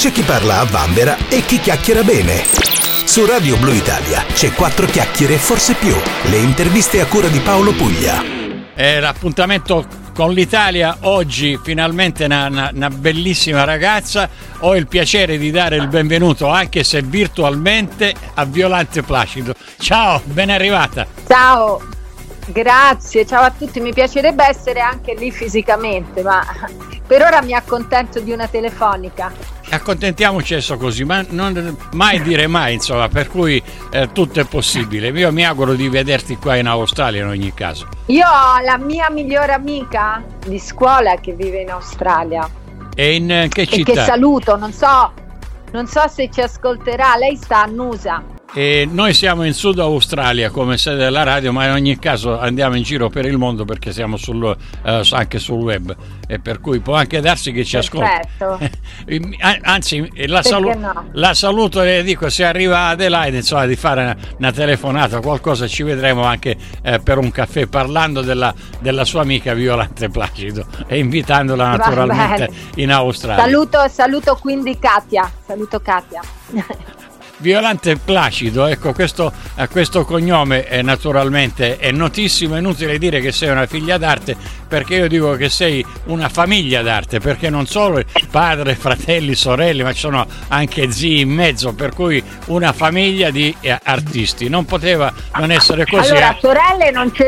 C'è chi parla a vanvera e chi chiacchiera bene. Su Radio Blu Italia c'è 4 chiacchiere e forse più. Le interviste a cura di Paolo Puglia. L'appuntamento con l'Italia oggi, finalmente una bellissima ragazza. Ho il piacere di dare il benvenuto, anche se virtualmente, a Violante Placido. Ciao, ben arrivata. Ciao, grazie, ciao a tutti. Mi piacerebbe essere anche lì fisicamente, ma per ora mi accontento di una telefonica. Accontentiamoci adesso così, ma non mai dire mai, insomma, per cui tutto è possibile. Io mi auguro di vederti qua in Australia in ogni caso. Io ho la mia migliore amica di scuola che vive in Australia. E in che città? E che saluto, non so se ci ascolterà, lei sta a Nusa. E noi siamo in Sud Australia come sede della radio, ma in ogni caso andiamo in giro per il mondo perché siamo anche sul web, e per cui può anche darsi che ci ascolti. Anzi, la saluto e le dico, se arriva Adelaide, insomma, di fare una telefonata, qualcosa, ci vedremo anche per un caffè, parlando della sua amica Violante Placido e invitandola naturalmente in Australia. Saluto quindi Katia. Saluto Katia. Violante Placido, ecco, questo cognome naturalmente è notissimo. È inutile dire che sei una figlia d'arte, perché io dico che sei una famiglia d'arte, perché non solo padre, fratelli, sorelle, ma ci sono anche zii in mezzo, per cui una famiglia di artisti. Non poteva non essere così. Allora, sorelle non ce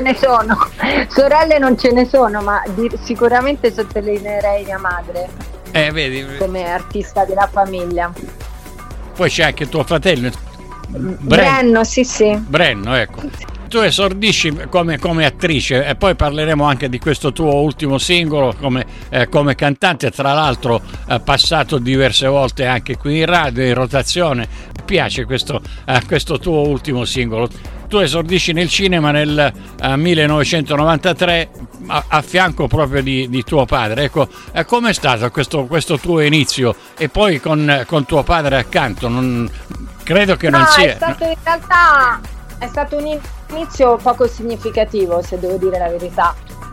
ne sono, ma sicuramente sottolineerei mia madre vedi, come artista della famiglia. Poi c'è anche tuo fratello Brenno, sì. Brenno, ecco. Tu esordisci come attrice, e poi parleremo anche di questo tuo ultimo singolo come cantante, tra l'altro passato diverse volte anche qui in radio, in rotazione. Mi piace questo tuo ultimo singolo. Tu esordisci nel cinema nel 1993 a fianco proprio di tuo padre. Ecco, com'è stato questo tuo inizio, e poi con tuo padre accanto? Credo che non sia. In realtà è stato un inizio poco significativo, se devo dire la verità.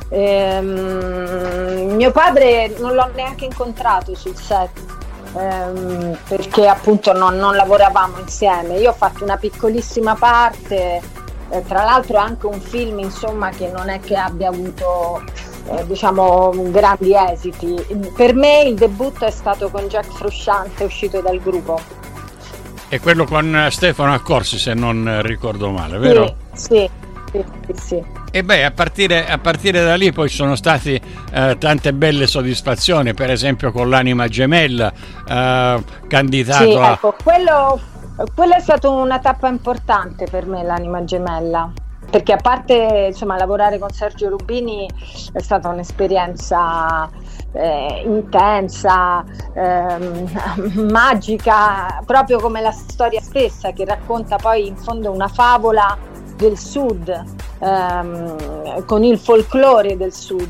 Mio padre non l'ho neanche incontrato sul set, perché appunto non lavoravamo insieme. Io ho fatto una piccolissima parte, tra l'altro anche un film, insomma, che non è che abbia avuto grandi esiti. Per me il debutto è stato con Jack Frusciante, uscito dal gruppo. E quello con Stefano Accorsi, se non ricordo male, vero? Sì. E a partire da lì poi ci sono stati tante belle soddisfazioni, per esempio con L'anima gemella, candidato sì, ecco, quello è stato una tappa importante per me, L'anima gemella, perché a parte, insomma, lavorare con Sergio Rubini è stata un'esperienza intensa, magica, proprio come la storia stessa, che racconta poi in fondo una favola del sud, con il folklore del sud,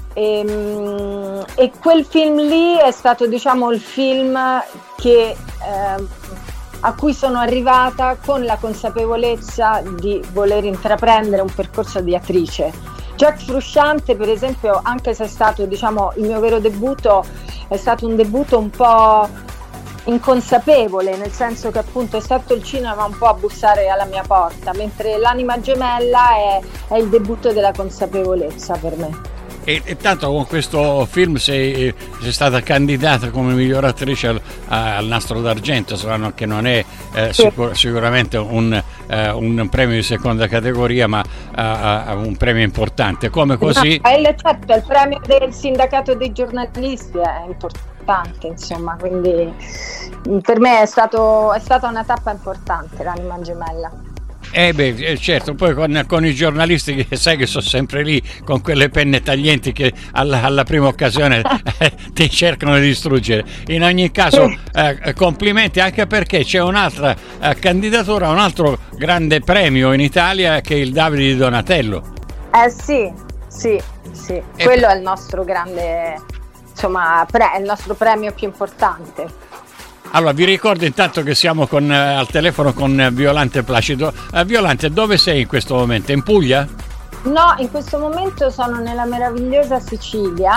e quel film lì è stato, diciamo, il film che a cui sono arrivata con la consapevolezza di voler intraprendere un percorso di attrice. Jack Frusciante, per esempio, anche se è stato, diciamo, il mio vero debutto, è stato un debutto un po' inconsapevole, nel senso che appunto è stato il cinema un po' a bussare alla mia porta, mentre L'anima gemella è il debutto della consapevolezza per me. E tanto con questo film sei stata candidata come miglior attrice al Nastro d'Argento, che non è sicuramente un premio di seconda categoria, ma un premio importante. Come così? Certo, il premio del sindacato dei giornalisti è importante, insomma, quindi per me è stata una tappa importante, L'anima gemella. Certo, poi con i giornalisti, che sai che sono sempre lì con quelle penne taglienti che alla prima occasione ti cercano di distruggere. In ogni caso, complimenti, anche perché c'è un'altra candidatura, un altro grande premio in Italia, che è il Davide di Donatello. Sì, quello è il nostro grande, insomma, è il nostro premio più importante. Allora, vi ricordo intanto che siamo al telefono con Violante Placido. Violante, dove sei in questo momento? In Puglia? No, in questo momento sono nella meravigliosa Sicilia,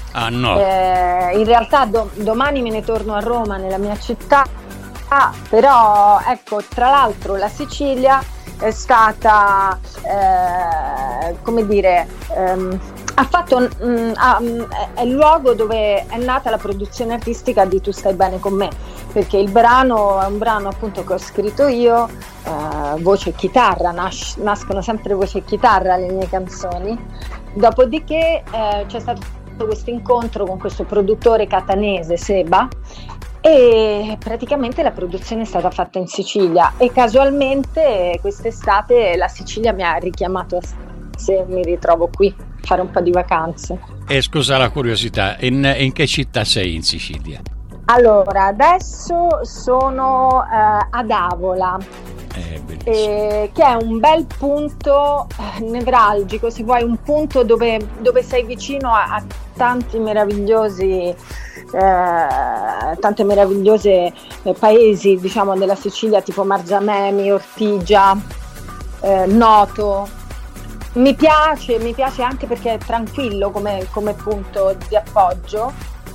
no. In realtà domani me ne torno a Roma, nella mia città, però ecco, tra l'altro la Sicilia è stata, come dire, ha fatto, è il luogo dove è nata la produzione artistica di Tu stai bene con me, perché il brano è un brano appunto che ho scritto io, voce e chitarra, nascono sempre voce e chitarra le mie canzoni. Dopodiché c'è stato questo incontro con questo produttore catanese, Seba, e praticamente la produzione è stata fatta in Sicilia e casualmente quest'estate la Sicilia mi ha richiamato a sé, mi ritrovo qui a fare un po' di vacanze. E scusa la curiosità, in che città sei in Sicilia? Allora, adesso sono ad Avola, che è un bel punto nevralgico, se vuoi, un punto dove sei vicino a tanti meravigliosi tante meravigliose paesi, diciamo, della Sicilia, tipo Marzamemi, Ortigia, Noto. Mi piace anche perché è tranquillo come punto di appoggio,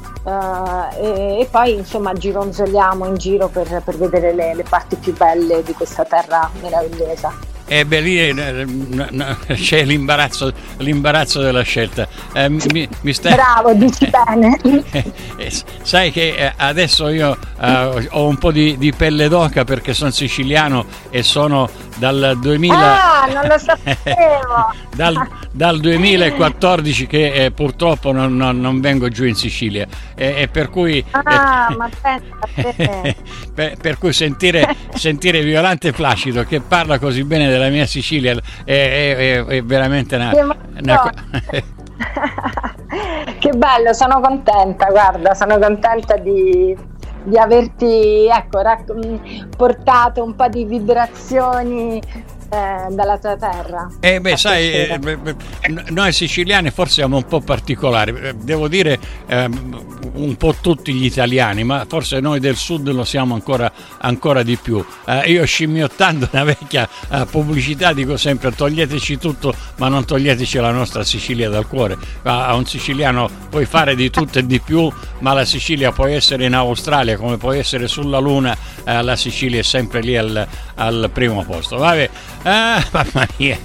e poi insomma gironzoliamo in giro per vedere le parti più belle di questa terra meravigliosa. Lì c'è l'imbarazzo della scelta. Bravo, dici bene. Sai che adesso io ho un po' di pelle d'oca perché sono siciliano e sono dal 2000. Non lo sapevo. dal 2014 che purtroppo non vengo giù in Sicilia e per cui ma pensa per cui sentire Violante Placido che parla così bene della mia Sicilia è veramente una che bello, sono contenta, guarda, sono contenta di averti, ecco, portato un po' di vibrazioni dalla tua terra. Sai, noi siciliani forse siamo un po' particolari, devo dire un po' tutti gli italiani, ma forse noi del sud lo siamo ancora di più. Io scimmiottando una vecchia pubblicità dico sempre: toglieteci tutto ma non toglieteci la nostra Sicilia dal cuore. A un siciliano puoi fare di tutto e di più, ma la Sicilia può essere in Australia come può essere sulla Luna, la Sicilia è sempre lì al primo posto. Vabbè, mamma mia.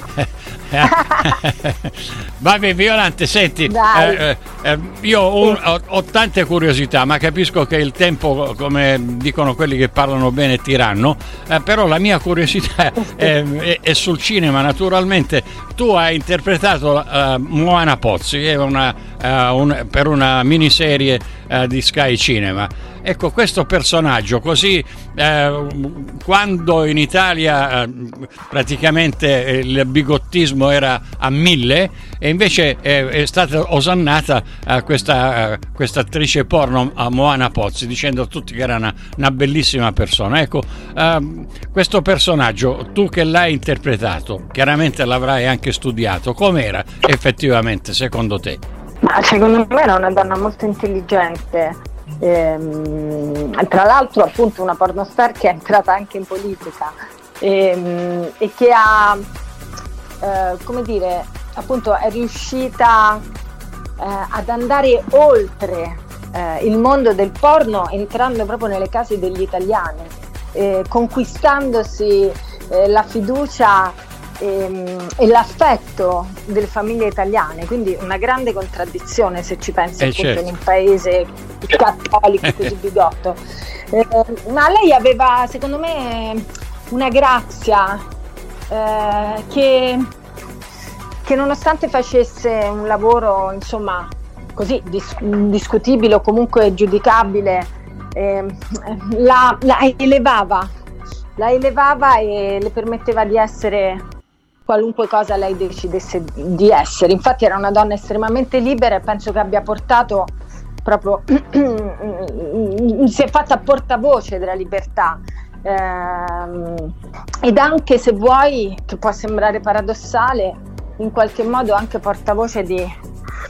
Vabbè, Violante, senti, io ho tante curiosità, ma capisco che il tempo, come dicono quelli che parlano bene, è tiranno, però la mia curiosità è sul cinema. Naturalmente tu hai interpretato Moana Pozzi, per una miniserie di Sky Cinema. Ecco, questo personaggio così, quando in Italia praticamente il bigottismo era a 1000, e invece è stata osannata questa attrice porno, Moana Pozzi, dicendo a tutti che era una bellissima persona. Ecco, questo personaggio, tu che l'hai interpretato, chiaramente l'avrai anche studiato, com'era effettivamente secondo te? Ma secondo me era una donna molto intelligente. Tra l'altro appunto una pornostar che è entrata anche in politica e che ha come dire, appunto è riuscita ad andare oltre il mondo del porno, entrando proprio nelle case degli italiani, conquistandosi la fiducia e l'affetto delle famiglie italiane, quindi una grande contraddizione se ci pensi, appunto, certo, in un paese cattolico così bigotto, ma lei aveva secondo me una grazia che nonostante facesse un lavoro insomma così discutibile o comunque giudicabile, la elevava e le permetteva di essere qualunque cosa lei decidesse di essere. Infatti era una donna estremamente libera e penso che abbia portato proprio si è fatta portavoce della libertà, ed anche, se vuoi, che può sembrare paradossale, in qualche modo anche portavoce di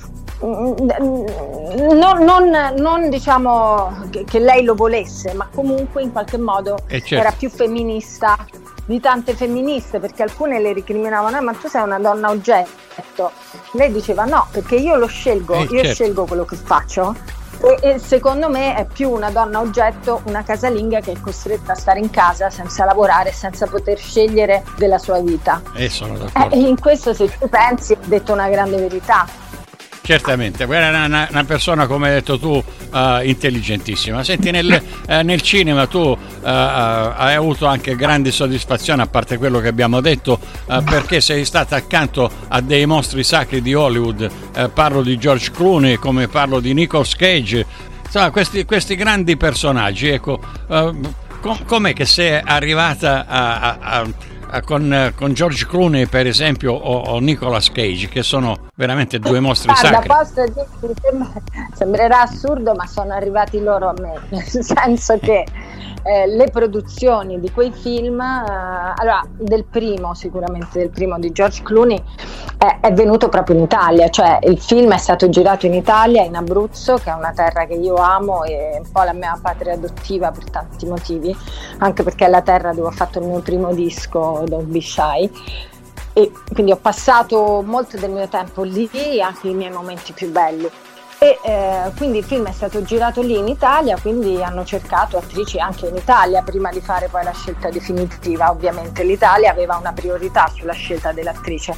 non diciamo che lei lo volesse, ma comunque in qualche modo certo, era più femminista di tante femministe, perché alcune le recriminavano: ma tu sei una donna oggetto, Lei diceva no, perché io lo scelgo, io certo. scelgo quello che faccio. E secondo me è più una donna oggetto, una casalinga che è costretta a stare in casa senza lavorare, senza poter scegliere della sua vita. Sono d'accordo. E in questo, se tu pensi, ha detto una grande verità. Certamente, guarda, una persona, come hai detto tu, intelligentissima. Senti, nel cinema tu hai avuto anche grandi soddisfazioni, a parte quello che abbiamo detto, perché sei stata accanto a dei mostri sacri di Hollywood. Parlo di George Clooney, come parlo di Nicolas Cage, insomma questi grandi personaggi. Ecco, com'è che sei arrivata con George Clooney, per esempio, o Nicolas Cage, che sono veramente due mostri sacri? Posso dirti, sembrerà assurdo, ma sono arrivati loro a me, nel senso che le produzioni di quei film, allora sicuramente del primo di George Clooney, è venuto proprio in Italia, cioè il film è stato girato in Italia, in Abruzzo, che è una terra che io amo e un po' la mia patria adottiva per tanti motivi, anche perché è la terra dove ho fatto il mio primo disco, Don't Be Shy, e quindi ho passato molto del mio tempo lì, anche i miei momenti più belli. E quindi il film è stato girato lì in Italia, quindi hanno cercato attrici anche in Italia prima di fare poi la scelta definitiva. Ovviamente l'Italia aveva una priorità sulla scelta dell'attrice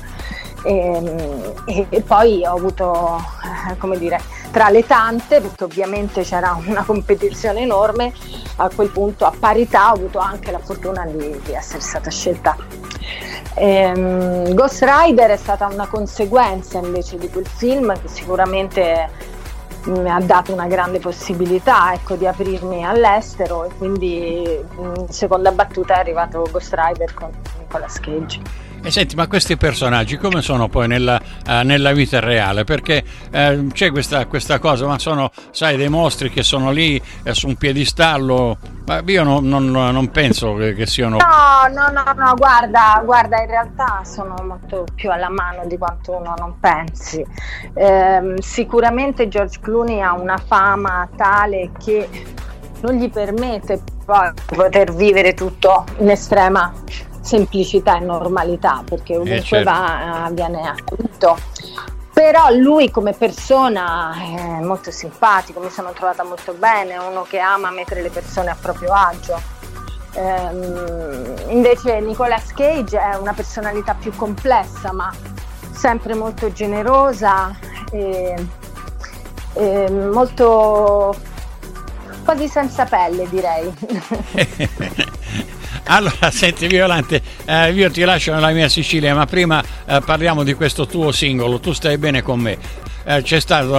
e poi ho avuto, come dire, tra le tante, perché ovviamente c'era una competizione enorme, a quel punto a parità ho avuto anche la fortuna di essere stata scelta. Ghost Rider è stata una conseguenza invece di quel film, che sicuramente mi ha dato una grande possibilità, ecco, di aprirmi all'estero, e quindi in seconda battuta è arrivato Ghost Rider con Nicolas Cage. E senti, ma questi personaggi come sono poi nella vita reale? Perché c'è questa cosa, ma sono, sai, dei mostri che sono lì su un piedistallo, ma io non penso che siano... No, guarda, in realtà sono molto più alla mano di quanto uno non pensi. Sicuramente George Clooney ha una fama tale che non gli permette poi di poter vivere tutto in estrema semplicità e normalità, perché ovunque certo. va viene accolto. Però lui come persona è molto simpatico, mi sono trovata molto bene, è uno che ama mettere le persone a proprio agio. Invece Nicolas Cage è una personalità più complessa, ma sempre molto generosa e molto quasi senza pelle, direi. Allora, senti Violante, io ti lascio nella mia Sicilia, ma prima parliamo di questo tuo singolo, Tu stai bene con me. C'è stato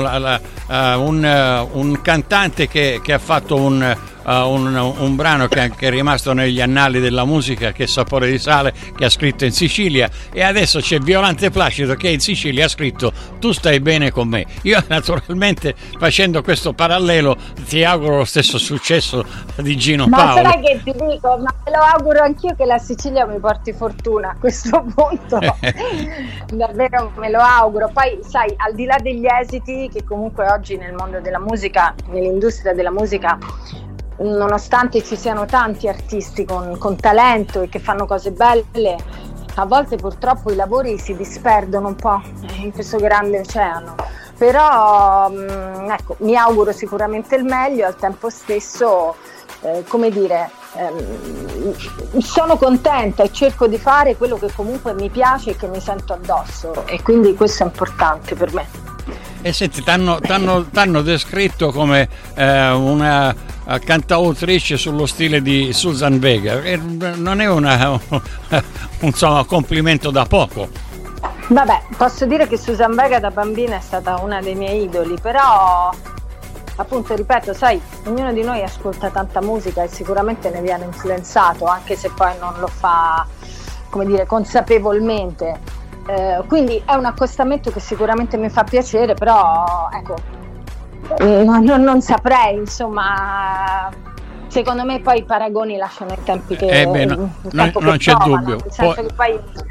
un cantante che ha fatto un brano che è rimasto negli annali della musica, che è Sapore di sale, che ha scritto in Sicilia, e adesso c'è Violante Placido che in Sicilia ha scritto Tu stai bene con me. Io naturalmente, facendo questo parallelo, ti auguro lo stesso successo di Gino Paolo. Ma sai che ti dico, ma me lo auguro anch'io che la Sicilia mi porti fortuna a questo punto. Davvero me lo auguro. Poi sai, al di là degli esiti che comunque oggi nel mondo della musica, nell'industria della musica, nonostante ci siano tanti artisti con talento e che fanno cose belle, a volte purtroppo i lavori si disperdono un po' in questo grande oceano. Però ecco, mi auguro sicuramente il meglio, al tempo stesso come dire, sono contenta e cerco di fare quello che comunque mi piace e che mi sento addosso, e quindi questo è importante per me. E senti, t'hanno descritto come una cantautrice sullo stile di Susan Vega, e non è insomma, complimento da poco. Vabbè, posso dire che Susan Vega da bambina è stata una dei miei idoli, però appunto, ripeto, sai, ognuno di noi ascolta tanta musica e sicuramente ne viene influenzato, anche se poi non lo fa, come dire, consapevolmente. Quindi è un accostamento che sicuramente mi fa piacere, però ecco, non saprei, insomma. Secondo me poi i paragoni lasciano i tempi che non c'è dubbio. Nel senso che poi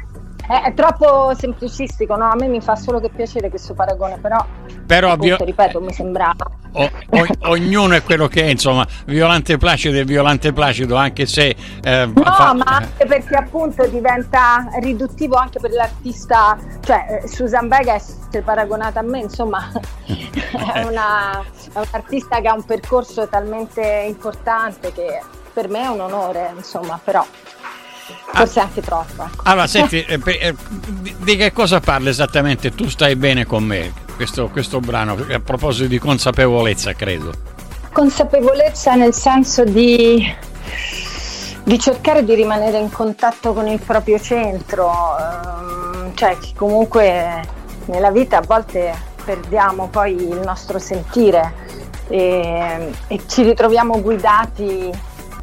È troppo semplicistico, no? A me mi fa solo che piacere questo paragone, però appunto, ripeto, mi sembrava. Ognuno è quello che è, insomma, Violante Placido è Violante Placido, anche se ma anche perché appunto diventa riduttivo anche per l'artista, cioè Susan Vega essere paragonata a me, insomma, è un artista che ha un percorso talmente importante che per me è un onore, insomma, però forse anche troppo. Allora, senti, di che cosa parla esattamente Tu stai bene con me? Questo brano, a proposito di consapevolezza, credo. Consapevolezza nel senso di cercare di rimanere in contatto con il proprio centro, cioè che comunque nella vita a volte perdiamo poi il nostro sentire e ci ritroviamo guidati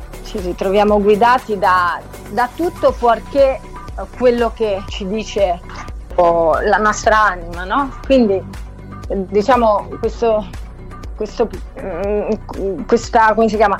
da tutto fuorché quello che ci dice la nostra anima, no? Quindi diciamo questa, come si chiama,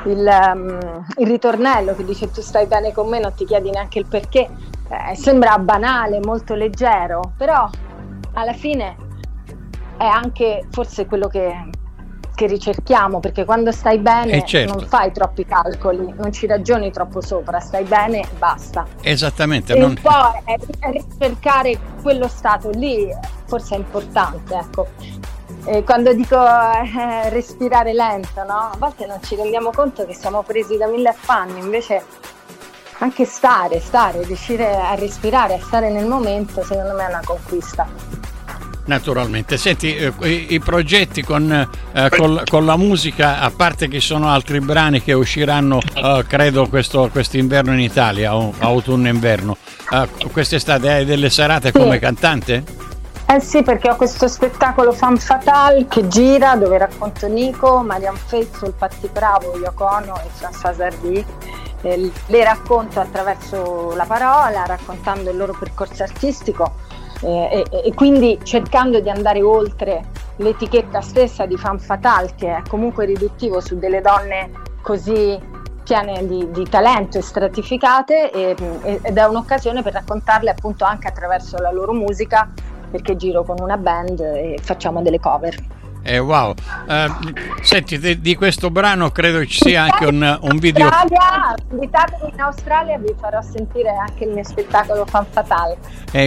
il ritornello che dice tu stai bene con me, non ti chiedi neanche il perché, sembra banale, molto leggero, però alla fine è anche forse quello che ricerchiamo, perché quando stai bene certo, non fai troppi calcoli, non ci ragioni troppo sopra, stai bene e basta. Esattamente. E un po' è ricercare quello stato lì, forse è importante, ecco. E quando dico respirare lento, no? A volte non ci rendiamo conto che siamo presi da 1000 affanni, invece anche stare, riuscire a respirare, a stare nel momento, secondo me è una conquista. Naturalmente. Senti, i progetti con la musica, a parte che sono altri brani che usciranno credo quest'inverno in Italia, autunno-inverno, quest'estate hai delle serate come cantante? Sì, perché ho questo spettacolo Femme Fatale che gira, dove racconto Nico, Marianne Faithfull, Patti Bravo, Yoko Ono e Françoise Hardy. Le racconto attraverso la parola, raccontando il loro percorso artistico. E quindi cercando di andare oltre l'etichetta stessa di Femme Fatale, che è comunque riduttivo su delle donne così piene di talento e stratificate, ed è un'occasione per raccontarle appunto anche attraverso la loro musica, perché giro con una band e facciamo delle cover. Wow, senti, di questo brano credo ci sia anche un video. Invitatemi in Australia, vi farò sentire anche il mio spettacolo Femme Fatale.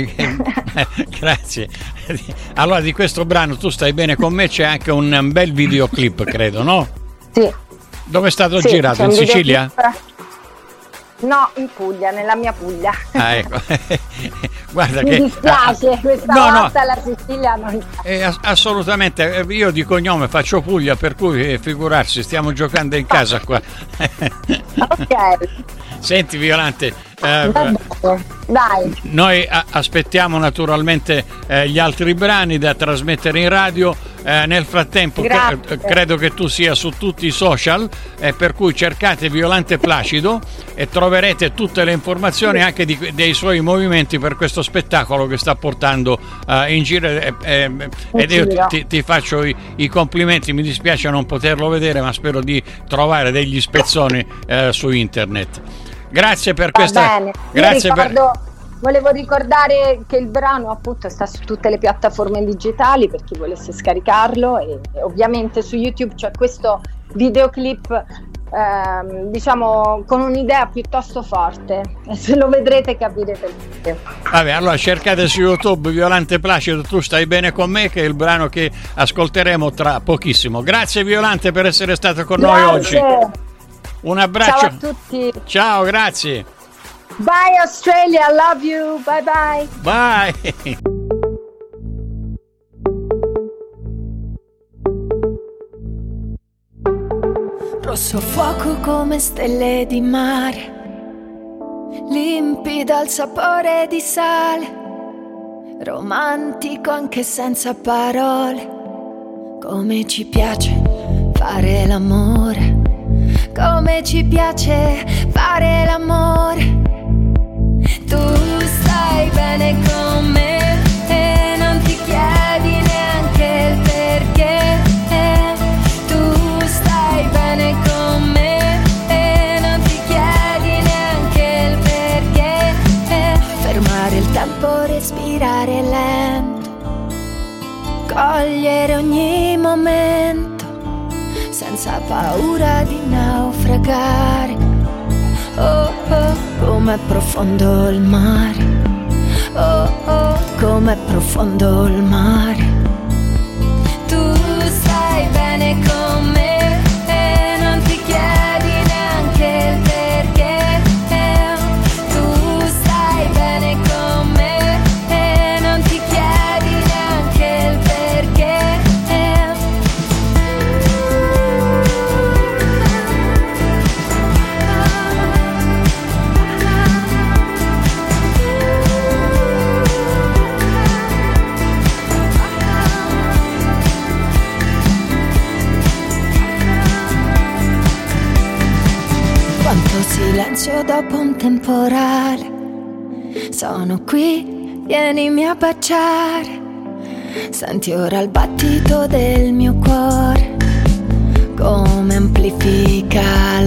Grazie. Allora, di questo brano Tu stai bene con me c'è anche un bel videoclip, credo, no? Sì. Dove è stato girato? In Sicilia? No, in Puglia, nella mia Puglia. Ecco. Guarda mi dispiace, questa volta la Sicilia non assolutamente, io di cognome faccio Puglia, per cui figurarsi, stiamo giocando in casa qua. Ok. Senti Violante, dai. Noi aspettiamo naturalmente gli altri brani da trasmettere in radio. Nel frattempo credo che tu sia su tutti i social, per cui cercate Violante Placido e troverete tutte le informazioni anche dei suoi movimenti per questo spettacolo che sta portando in giro, ed io ti faccio i complimenti. Mi dispiace non poterlo vedere, ma spero di trovare degli spezzoni su internet. Grazie per questa. Grazie Volevo ricordare che il brano appunto sta su tutte le piattaforme digitali per chi volesse scaricarlo, e ovviamente su YouTube c'è questo videoclip diciamo con un'idea piuttosto forte, e se lo vedrete capirete il video. Vabbè, allora cercate su YouTube Violante Placido Tu stai bene con me, che è il brano che ascolteremo tra pochissimo. Grazie Violante per essere stato con noi oggi. Un abbraccio. Ciao a tutti. Ciao, grazie. Bye Australia, I love you. Bye bye. Bye. Rosso fuoco come stelle di mare, limpido al sapore di sale, romantico anche senza parole. Come ci piace fare l'amore, come ci piace fare l'amore. Tu stai bene con me e non ti chiedi neanche il perché. Tu stai bene con me e non ti chiedi neanche il perché. Fermare il tempo ogni momento, senza paura di naufragare. Oh oh, com'è profondo il mare. Oh oh, com'è profondo il mare. Tu stai bene con me e non ti chiedi neanche il perché. Tu stai bene con me e non ti chiedi neanche il perché. Quanto silenzio dopo un temporale. Sono qui, vienimi a baciare. Senti ora il battito del mio cuore, come amplifica